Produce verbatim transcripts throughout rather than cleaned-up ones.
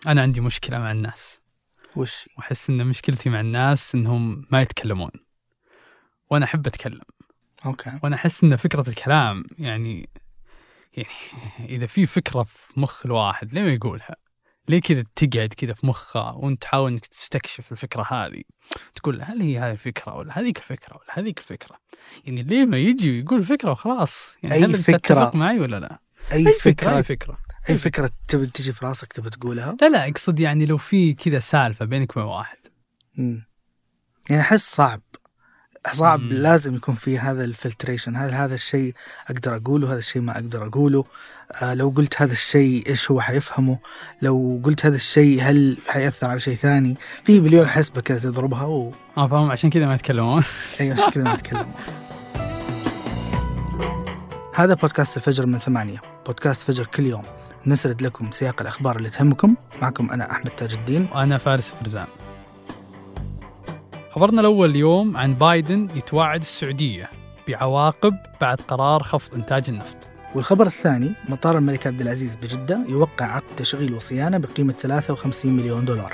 أنا عندي مشكلة مع الناس. وش؟ وأحس إن مشكلتي مع الناس إنهم ما يتكلمون، وأنا أحب أتكلم. أوكي. وأنا أحس إن فكرة الكلام يعني يعني إذا في فكرة في مخ الواحد ليه ما يقولها؟ ليه كذا تقعد كذا في مخه وأنت تحاول إنك تستكشف الفكرة هذه، تقول هل هي هذه الفكرة ولا هذيك الفكرة ولا هذيك الفكرة؟ يعني ليه ما يجي ويقول فكرة وخلاص؟ يعني أي هل فكرة تتفق معي ولا لا؟ أي, أي فكرة, فكرة أي فكرة أي فكرة تبي تجي في راسك تبي تقولها؟ لا لا أقصد يعني لو في كذا سالفة بينك وبين واحد. مم. يعني أحس صعب صعب مم. لازم يكون في هذا الفلتريشن. هل هذا الشيء أقدر أقوله، هذا الشيء ما أقدر أقوله؟ آه لو قلت هذا الشيء إيش هو حيفهمه؟ لو قلت هذا الشيء هل حيأثر على شيء ثاني؟ في مليون حسبة كذا تضربها و... آه فهم، عشان كذا ما يتكلمون. أيوة عشان كذا ما يتكلمون. هذا بودكاست الفجر من ثمانية، بودكاست فجر كل يوم نسرد لكم سياق الأخبار اللي تهمكم. معكم أنا أحمد تاج الدين وأنا فارس فرزان. خبرنا الأول اليوم عن بايدن يتوعد السعودية بعواقب بعد قرار خفض إنتاج النفط. والخبر الثاني مطار الملك عبد العزيز بجدة يوقع عقد تشغيل وصيانة بقيمة ثلاثة وخمسين مليون دولار.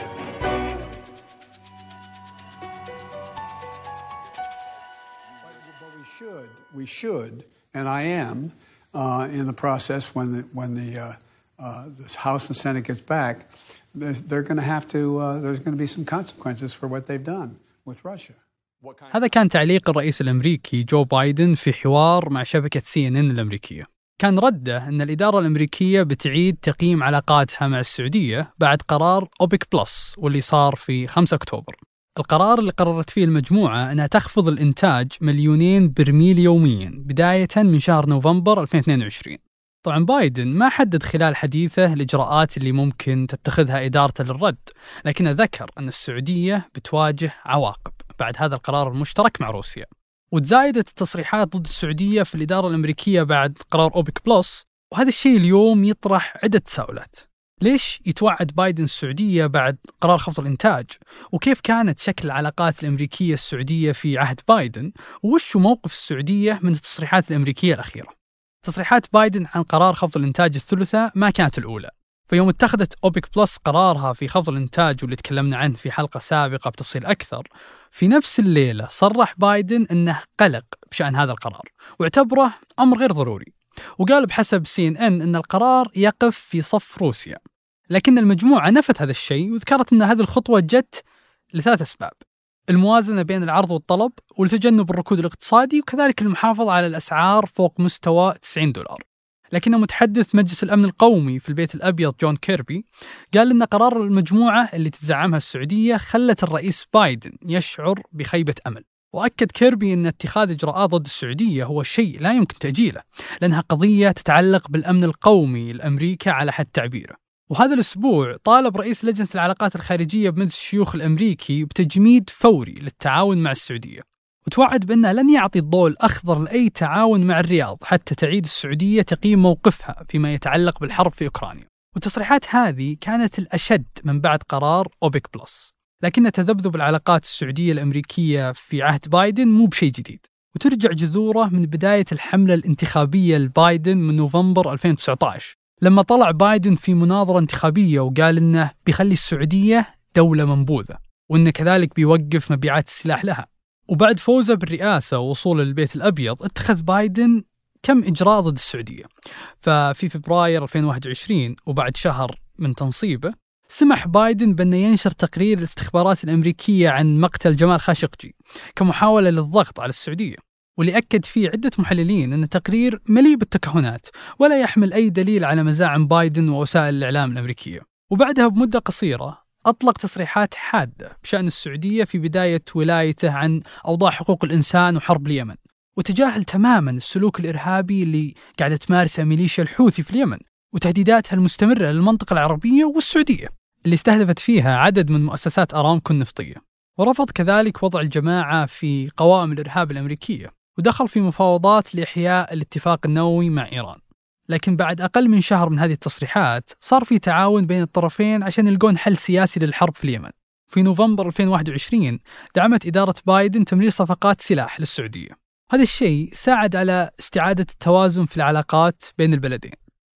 We should, and I am, uh, in the process when the when the uh, uh, this House and Senate gets back, they're going to have to. Uh, there's going to be some consequences for what they've done with Russia. هذا كان تعليق الرئيس الأمريكي جو بايدن في حوار مع شبكة سي إن إن الأمريكية. كان رده أن الإدارة الأمريكية بتعيد تقييم علاقاتها مع السعودية بعد قرار أوبك بلس واللي صار في خمسة أكتوبر. القرار اللي قررت فيه المجموعة أنها تخفض الإنتاج مليونين برميل يومياً بداية من شهر نوفمبر ألفين واثنين وعشرين. طبعاً بايدن ما حدد خلال حديثه الإجراءات اللي ممكن تتخذها إدارته للرد، لكنه ذكر أن السعودية بتواجه عواقب بعد هذا القرار المشترك مع روسيا. وتزايدت التصريحات ضد السعودية في الإدارة الأمريكية بعد قرار أوبك بلس، وهذا الشيء اليوم يطرح عدة تساؤلات. ليش يتوعد بايدن السعودية بعد قرار خفض الإنتاج؟ وكيف كانت شكل العلاقات الأمريكية السعودية في عهد بايدن؟ وش موقف السعودية من التصريحات الأمريكية الأخيرة؟ تصريحات بايدن عن قرار خفض الإنتاج الثلثة ما كانت الأولى. فيوم اتخذت أوبك بلس قرارها في خفض الإنتاج واللي تكلمنا عنه في حلقة سابقة بتفصيل أكثر، في نفس الليلة صرح بايدن أنه قلق بشأن هذا القرار واعتبره أمر غير ضروري، وقال بحسب سي إن إن أن القرار يقف في صف روسيا. لكن المجموعة نفت هذا الشيء وذكرت أن هذه الخطوة جت لثلاث أسباب: الموازنة بين العرض والطلب، ولتجنب الركود الاقتصادي، وكذلك المحافظة على الأسعار فوق مستوى تسعين دولار. لكن متحدث مجلس الأمن القومي في البيت الأبيض جون كيربي قال إن قرار المجموعة اللي تزعمها السعودية خلت الرئيس بايدن يشعر بخيبة أمل. وأكد كيربي أن اتخاذ إجراءات ضد السعودية هو شيء لا يمكن تأجيله، لأنها قضية تتعلق بالأمن القومي الأمريكي على حد تعبيره. وهذا الأسبوع طالب رئيس لجنة العلاقات الخارجية بمجلس الشيوخ الأمريكي بتجميد فوري للتعاون مع السعودية، وتوعد بأنه لن يعطي الضوء الأخضر لأي تعاون مع الرياض حتى تعيد السعودية تقييم موقفها فيما يتعلق بالحرب في أوكرانيا. والتصريحات هذه كانت الأشد من بعد قرار أوبك بلس، لكن تذبذب العلاقات السعودية الأمريكية في عهد بايدن مو بشيء جديد، وترجع جذوره من بداية الحملة الانتخابية لبايدن من نوفمبر ألفين وتسعة عشر، لما طلع بايدن في مناظرة انتخابية وقال إنه بيخلي السعودية دولة منبوذة، وإنه كذلك بيوقف مبيعات السلاح لها. وبعد فوزه بالرئاسة ووصوله للبيت الأبيض اتخذ بايدن كم إجراء ضد السعودية. ففي فبراير ألفين وواحد وعشرين وبعد شهر من تنصيبه سمح بايدن بأنه ينشر تقرير الاستخبارات الأمريكية عن مقتل جمال خاشقجي كمحاولة للضغط على السعودية، واللي أكد فيه عدة محللين أن التقرير مليء بالتكهنات ولا يحمل أي دليل على مزاعم بايدن ووسائل الإعلام الأمريكية. وبعدها بمدة قصيرة أطلق تصريحات حادة بشأن السعودية في بداية ولايته عن أوضاع حقوق الإنسان وحرب اليمن، وتجاهل تماماً السلوك الإرهابي اللي قاعدة تمارسه ميليشيا الحوثي في اليمن وتهديداتها المستمرة للمنطقة العربية والسعودية اللي استهدفت فيها عدد من مؤسسات أرامكو النفطية. ورفض كذلك وضع الجماعة في قوائم الإرهاب الأمريكية، ودخل في مفاوضات لإحياء الاتفاق النووي مع إيران. لكن بعد أقل من شهر من هذه التصريحات صار في تعاون بين الطرفين عشان يلقون حل سياسي للحرب في اليمن. في نوفمبر ألفين وواحد وعشرين دعمت إدارة بايدن تمرير صفقات سلاح للسعودية. هذا الشيء ساعد على استعادة التوازن في العلاقات بين البلدين.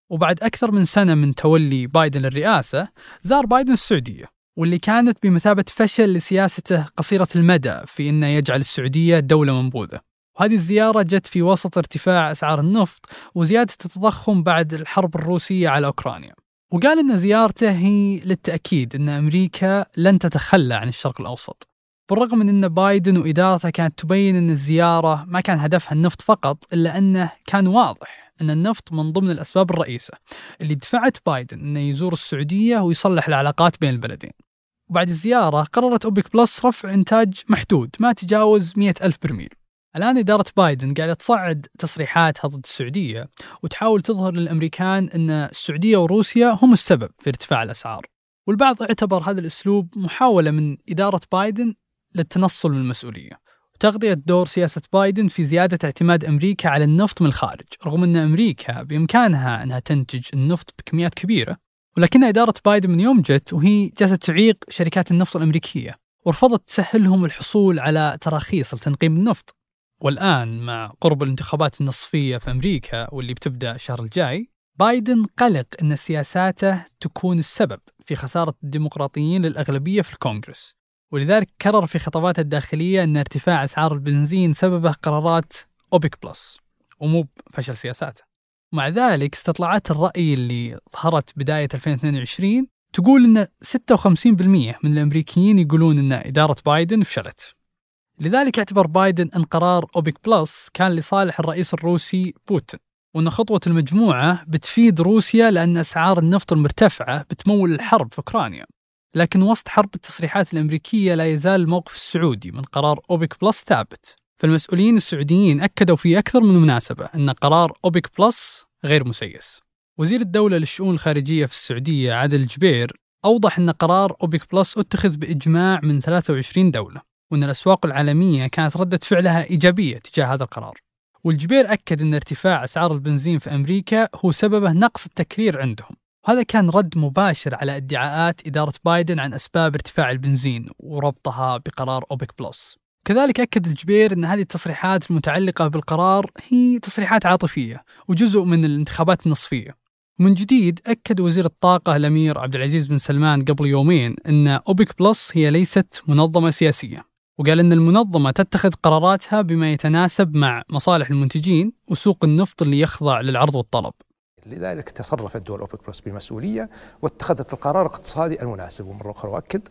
وبعد أكثر من سنة من تولي بايدن للرئاسة زار بايدن السعودية، واللي كانت بمثابة فشل لسياسته قصيرة المدى في أنه يجعل السعودية دولة منبوذة. وهذه الزيارة جت في وسط ارتفاع أسعار النفط وزيادة التضخم بعد الحرب الروسية على أوكرانيا. وقال أن زيارته هي للتأكيد أن أمريكا لن تتخلى عن الشرق الأوسط، بالرغم من أن بايدن وإدارته كانت تبين أن الزيارة ما كان هدفها النفط فقط، إلا أنه كان واضح أن النفط من ضمن الأسباب الرئيسة اللي دفعت بايدن أنه يزور السعودية ويصلح العلاقات بين البلدين. وبعد الزيارة قررت أوبك بلس رفع إنتاج محدود ما تجاوز مئة ألف برميل. الآن إدارة بايدن قاعدة تصعد تصريحاتها ضد السعودية وتحاول تظهر للأمريكان أن السعودية وروسيا هم السبب في ارتفاع الأسعار، والبعض اعتبر هذا الأسلوب محاولة من إدارة بايدن للتنصل من المسؤولية وتغطية دور سياسة بايدن في زيادة اعتماد أمريكا على النفط من الخارج، رغم أن أمريكا بإمكانها أنها تنتج النفط بكميات كبيرة. ولكن إدارة بايدن من يوم جت وهي جالسة تعيق شركات النفط الأمريكية ورفضت تسهلهم الحصول على تراخيص لتنقيب النفط. والآن مع قرب الانتخابات النصفية في أمريكا واللي بتبدأ الشهر الجاي، بايدن قلق أن سياساته تكون السبب في خسارة الديمقراطيين للأغلبية في الكونغرس، ولذلك كرر في خطاباته الداخلية أن ارتفاع أسعار البنزين سببه قرارات أوبك بلس ومو فشل سياساته. مع ذلك استطلاعات الرأي اللي ظهرت بداية ألفين واثنين وعشرين تقول أن ستة وخمسين بالمئة من الأمريكيين يقولون أن إدارة بايدن فشلت. لذلك اعتبر بايدن أن قرار أوبك بلس كان لصالح الرئيس الروسي بوتين، وأن خطوة المجموعة بتفيد روسيا لأن أسعار النفط المرتفعة بتمول الحرب في أوكرانيا. لكن وسط حرب التصريحات الأمريكية لا يزال الموقف السعودي من قرار أوبك بلس ثابت. فالمسؤولين السعوديين أكدوا في أكثر من مناسبة أن قرار أوبك بلس غير مسيس. وزير الدولة للشؤون الخارجية في السعودية عادل الجبير أوضح أن قرار أوبك بلس اتخذ بإجماع من ثلاثة وعشرين دولة، وأن الأسواق العالمية كانت ردة فعلها إيجابية تجاه هذا القرار. والجبير أكد أن ارتفاع أسعار البنزين في أمريكا هو سببه نقص التكرير عندهم، وهذا كان رد مباشر على ادعاءات إدارة بايدن عن أسباب ارتفاع البنزين وربطها بقرار أوبك بلس. كذلك أكد الجبير أن هذه التصريحات المتعلقة بالقرار هي تصريحات عاطفية وجزء من الانتخابات النصفية. ومن جديد أكد وزير الطاقة الأمير عبد العزيز بن سلمان قبل يومين أن أوبك بلس هي ليست منظمة سياسية، وقال أن المنظمة تتخذ قراراتها بما يتناسب مع مصالح المنتجين وسوق النفط اللي يخضع للعرض والطلب. لذلك تصرفت دول أوبك بلس بمسؤولية واتخذت القرار الاقتصادي المناسب. ومرة أخرى أؤكد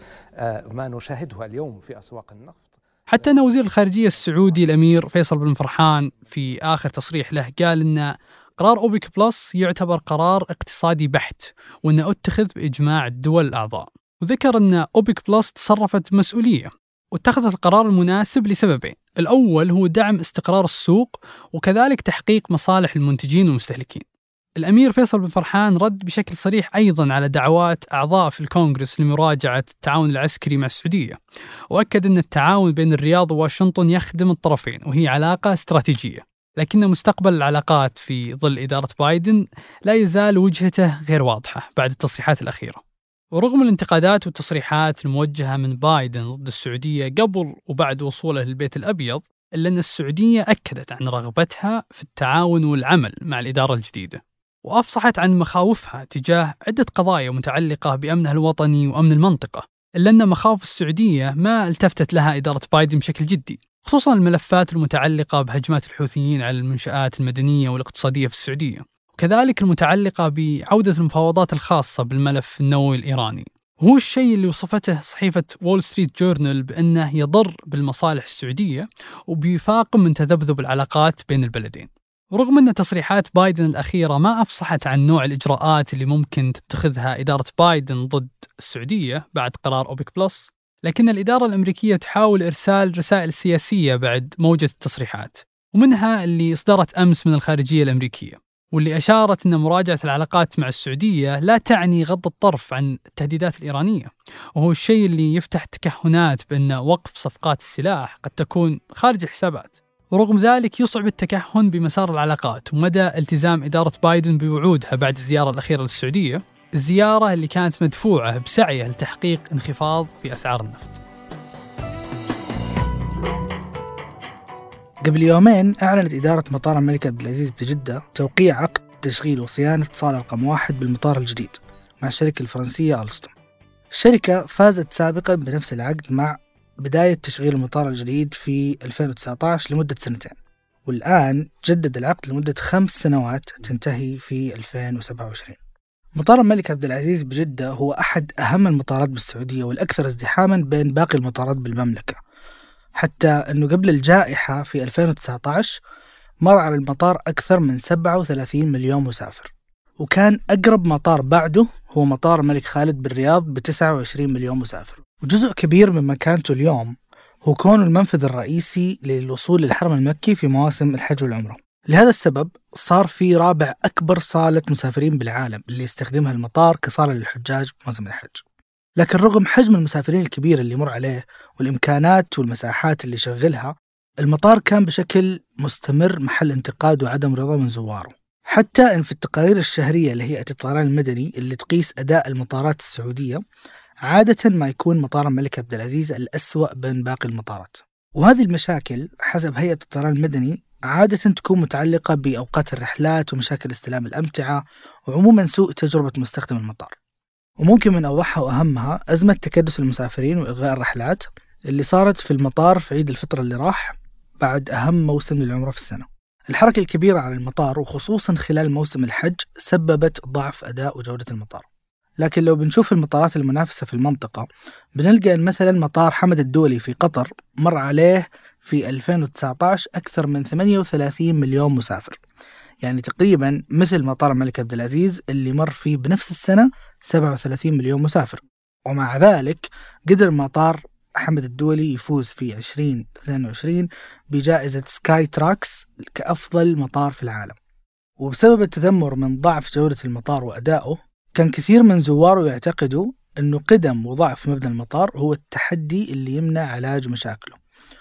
ما نشاهده اليوم في أسواق النفط. حتى أن وزير الخارجية السعودي الأمير فيصل بن فرحان في آخر تصريح له قال أن قرار أوبك بلس يعتبر قرار اقتصادي بحت وأنه اتخذ بإجماع الدول الأعضاء، وذكر أن أوبك بلس تصرفت بمسؤولية واتخذت القرار المناسب لسببين. الأول هو دعم استقرار السوق وكذلك تحقيق مصالح المنتجين والمستهلكين. الأمير فيصل بن فرحان رد بشكل صريح أيضاً على دعوات أعضاء في الكونغرس لمراجعة التعاون العسكري مع السعودية، وأكد أن التعاون بين الرياض وواشنطن يخدم الطرفين وهي علاقة استراتيجية، لكن مستقبل العلاقات في ظل إدارة بايدن لا يزال وجهته غير واضحة بعد التصريحات الأخيرة. ورغم الانتقادات والتصريحات الموجهة من بايدن ضد السعودية قبل وبعد وصوله للبيت الأبيض، إلا أن السعودية أكدت عن رغبتها في التعاون والعمل مع الإدارة الجديدة، وأفصحت عن مخاوفها تجاه عدة قضايا متعلقة بأمنها الوطني وأمن المنطقة، إلا أن مخاوف السعودية ما التفتت لها إدارة بايدن بشكل جدي، خصوصاً الملفات المتعلقة بهجمات الحوثيين على المنشآت المدنية والاقتصادية في السعودية، وكذلك المتعلقة بعودة المفاوضات الخاصة بالملف النووي الإيراني. وهو الشيء اللي وصفته صحيفة وول ستريت جورنال بأنه يضر بالمصالح السعودية وبيفاقم من تذبذب العلاقات بين البلدين. ورغم أن تصريحات بايدن الأخيرة ما أفصحت عن نوع الإجراءات اللي ممكن تتخذها إدارة بايدن ضد السعودية بعد قرار أوبك بلس، لكن الإدارة الأمريكية تحاول إرسال رسائل سياسية بعد موجة التصريحات، ومنها اللي صدرت أمس من الخارجية الأمريكية، واللي أشارت أن مراجعة العلاقات مع السعودية لا تعني غض الطرف عن التهديدات الإيرانية، وهو الشيء اللي يفتح تكهنات بأن وقف صفقات السلاح قد تكون خارج الحسابات. ورغم ذلك يصعب التكهن بمسار العلاقات ومدى التزام إدارة بايدن بوعودها بعد الزيارة الأخيرة للسعودية، الزيارة اللي كانت مدفوعة بسعيه لتحقيق انخفاض في أسعار النفط. قبل يومين أعلنت إدارة مطار الملك عبد العزيز بجدة توقيع عقد تشغيل وصيانة صالة رقم واحد بالمطار الجديد مع الشركة الفرنسية ألستوم. الشركة فازت سابقا بنفس العقد مع بداية تشغيل المطار الجديد في ألفين وتسعة عشر لمدة سنتين، والآن جدد العقد لمدة خمس سنوات تنتهي في ألفين وسبعة وعشرين. مطار الملك عبد العزيز بجدة هو أحد أهم المطارات بالسعودية والأكثر ازدحاما بين باقي المطارات بالمملكة، حتى أنه قبل الجائحة في ألفين وتسعة عشر مر على المطار أكثر من سبعة وثلاثين مليون مسافر، وكان أقرب مطار بعده هو مطار الملك خالد بالرياض بتسعة وعشرين مليون مسافر. وجزء كبير من مكانته اليوم هو كونه المنفذ الرئيسي للوصول للحرم المكي في مواسم الحج والعمرة. لهذا السبب صار في رابع أكبر صالة مسافرين بالعالم اللي يستخدمها المطار كصالة للحجاج بموسم الحج. لكن رغم حجم المسافرين الكبير اللي يمر عليه والإمكانات والمساحات اللي يشغلها، المطار كان بشكل مستمر محل انتقاد وعدم رضا من زواره، حتى إن في التقارير الشهرية لهيئة الطيران المدني اللي تقيس أداء المطارات السعودية عادة ما يكون مطار الملك عبد العزيز الأسوأ بين باقي المطارات. وهذه المشاكل حسب هيئة الطيران المدني عادة تكون متعلقة بأوقات الرحلات ومشاكل استلام الأمتعة وعموما سوء تجربة مستخدم المطار. وممكن من أوضحها وأهمها أزمة تكدس المسافرين وإلغاء الرحلات اللي صارت في المطار في عيد الفطر اللي راح بعد أهم موسم للعمرة في السنة. الحركة الكبيرة على المطار وخصوصا خلال موسم الحج سببت ضعف أداء وجودة المطار. لكن لو بنشوف المطارات المنافسة في المنطقة بنلقى أن مثلا مطار حمد الدولي في قطر مر عليه في ألفين وتسعة عشر أكثر من ثمانية وثلاثين مليون مسافر، يعني تقريبا مثل مطار الملك عبد العزيز اللي مر فيه بنفس السنة سبعة وثلاثين مليون مسافر. ومع ذلك قدر مطار حمد الدولي يفوز في عشرين اثنين وعشرين بجائزة سكاي تراكس كأفضل مطار في العالم. وبسبب التذمر من ضعف جودة المطار وأدائه كان كثير من زواره يعتقدوا أنه قدم وضعف مبنى المطار هو التحدي اللي يمنع علاج مشاكله.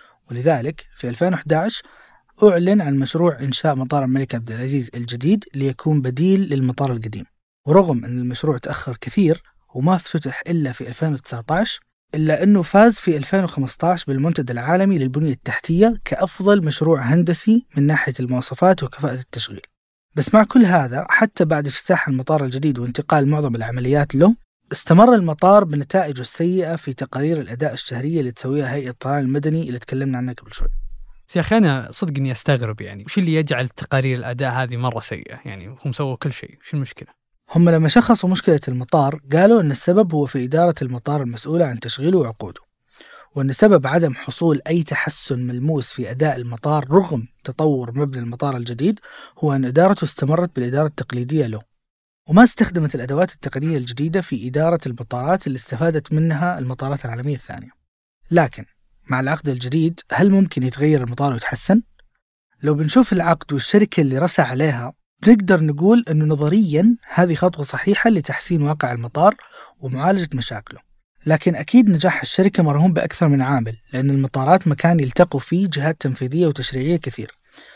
ولذلك في ألفين وأحد عشر أعلن عن مشروع إنشاء مطار الملك عبد العزيز الجديد ليكون بديل للمطار القديم. ورغم أن المشروع تأخر كثير وما افتتح إلا في ألفين وتسعة عشر، إلا أنه فاز في ألفين وخمسة عشر بالمنتدى العالمي للبنية التحتية كأفضل مشروع هندسي من ناحية المواصفات وكفاءة التشغيل. بس مع كل هذا حتى بعد افتتاح المطار الجديد وانتقال معظم العمليات له استمر المطار بنتائجه السيئة في تقارير الأداء الشهرية اللي تسويها هيئة الطيران المدني اللي تكلمنا عنها قبل شوي. بس يا أخي أنا صدق إني أستغرب، يعني وش اللي يجعل تقارير الأداء هذه مرة سيئة؟ يعني هم سووا كل شيء، وش المشكلة؟ هم لما شخصوا مشكلة المطار قالوا أن السبب هو في إدارة المطار المسؤولة عن تشغيله وعقوده، وأن سبب عدم حصول أي تحسن ملموس في أداء المطار رغم تطور مبنى المطار الجديد هو أن إدارته استمرت بالإدارة التقليدية له، وما استخدمت الأدوات التقنية الجديدة في إدارة المطارات اللي استفادت منها المطارات العالمية الثانية. لكن مع العقد الجديد هل ممكن يتغير المطار ويتحسن؟ لو بنشوف العقد والشركة اللي رسى عليها بنقدر نقول أنه نظريا هذه خطوة صحيحة لتحسين واقع المطار ومعالجة مشاكله. لكن أكيد نجاح الشركة مرهون بأكثر من عامل، لأن المطارات مكان يلتقوا فيه جهات تنفيذية وتشريعية كثير،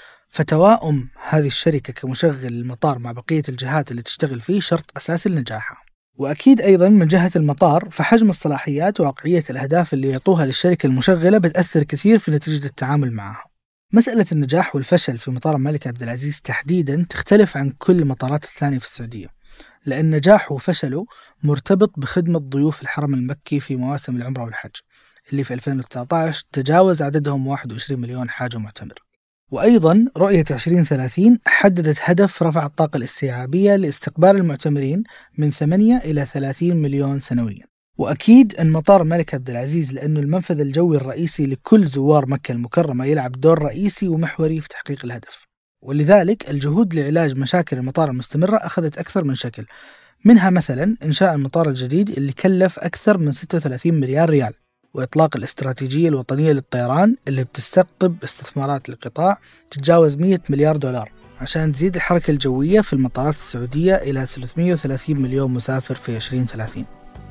فتوائم هذه الشركة كمشغل المطار مع بقية الجهات اللي تشتغل فيه شرط أساسي لنجاحها. وأكيد أيضا من جهة المطار فحجم الصلاحيات وواقعية الأهداف اللي يعطوها للشركة المشغلة بتأثر كثير في نتيجة التعامل معها. مسألة النجاح والفشل في مطار الملك عبد العزيز تحديدا تختلف عن كل المطارات الثانية في السعودية، لأن نجاحه وفشله مرتبط بخدمة ضيوف الحرم المكي في مواسم العمرة والحج اللي في ألفين وتسعة عشر تجاوز عددهم واحد وعشرين مليون حاج ومعتمر. وأيضا رؤية عشرين ثلاثين حددت هدف رفع الطاقة الاستيعابية لاستقبال المعتمرين من ثمانية إلى ثلاثين مليون سنويا. وأكيد أن مطار الملك عبد العزيز لأنه المنفذ الجوي الرئيسي لكل زوار مكة المكرمة يلعب دور رئيسي ومحوري في تحقيق الهدف، ولذلك الجهود لعلاج مشاكل المطار المستمرة أخذت أكثر من شكل، منها مثلا إنشاء المطار الجديد اللي كلف أكثر من ستة وثلاثين مليار ريال، وإطلاق الاستراتيجية الوطنية للطيران اللي بتستقطب استثمارات القطاع تتجاوز مئة مليار دولار عشان تزيد الحركة الجوية في المطارات السعودية إلى ثلاثمئة وثلاثين مليون مسافر في عشرين ثلاثين.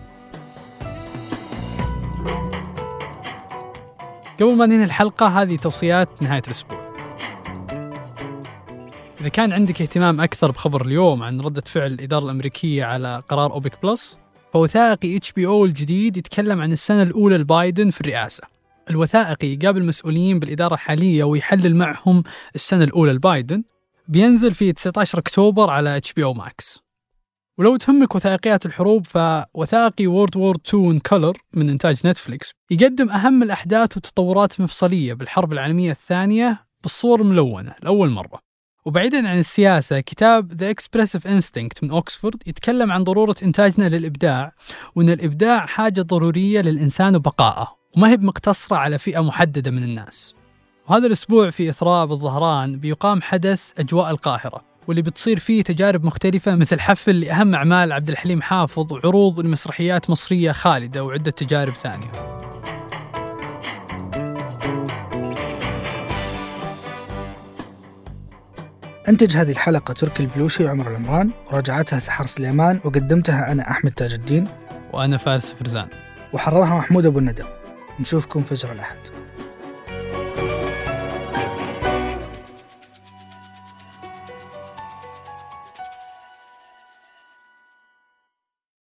قبل ما ننهي الحلقة هذه توصيات نهاية الأسبوع. إذا كان عندك اهتمام أكثر بخبر اليوم عن ردة فعل الإدارة الأمريكية على قرار أوبك بلس، فوثائقي إتش بي أو الجديد يتكلم عن السنة الأولى لبايدن في الرئاسة. الوثائقي يقابل مسؤولين بالإدارة الحالية ويحلل معهم السنة الأولى لبايدن بينزل في تسعة عشر أكتوبر على اتش بي او ماكس. ولو تهمك وثائقيات الحروب، فوثائقي وورد وور تو in Color من إنتاج نتفليكس يقدم أهم الأحداث والتطورات المفصلية بالحرب العالمية الثانية بالصور الملونة لأول مرة. وبعيداً عن السياسة، كتاب The Expressive Instinct من أوكسفورد يتكلم عن ضرورة إنتاجنا للإبداع، وأن الإبداع حاجة ضرورية للإنسان وبقائه، وما هي مقتصرة على فئة محددة من الناس. وهذا الأسبوع في إثراء بالظهران بيقام حدث أجواء القاهرة، واللي بتصير فيه تجارب مختلفة مثل حفل لأهم أعمال عبد الحليم حافظ وعروض لمسرحيات مصرية خالدة وعدة تجارب ثانية. أنتج هذه الحلقة تركي البلوشي وعمر العمران، وراجعتها سحر سليمان، وقدمتها أنا أحمد تاج الدين وأنا فارس فرزان، وحررها محمود أبو الندى. نشوفكم فجر الأحد.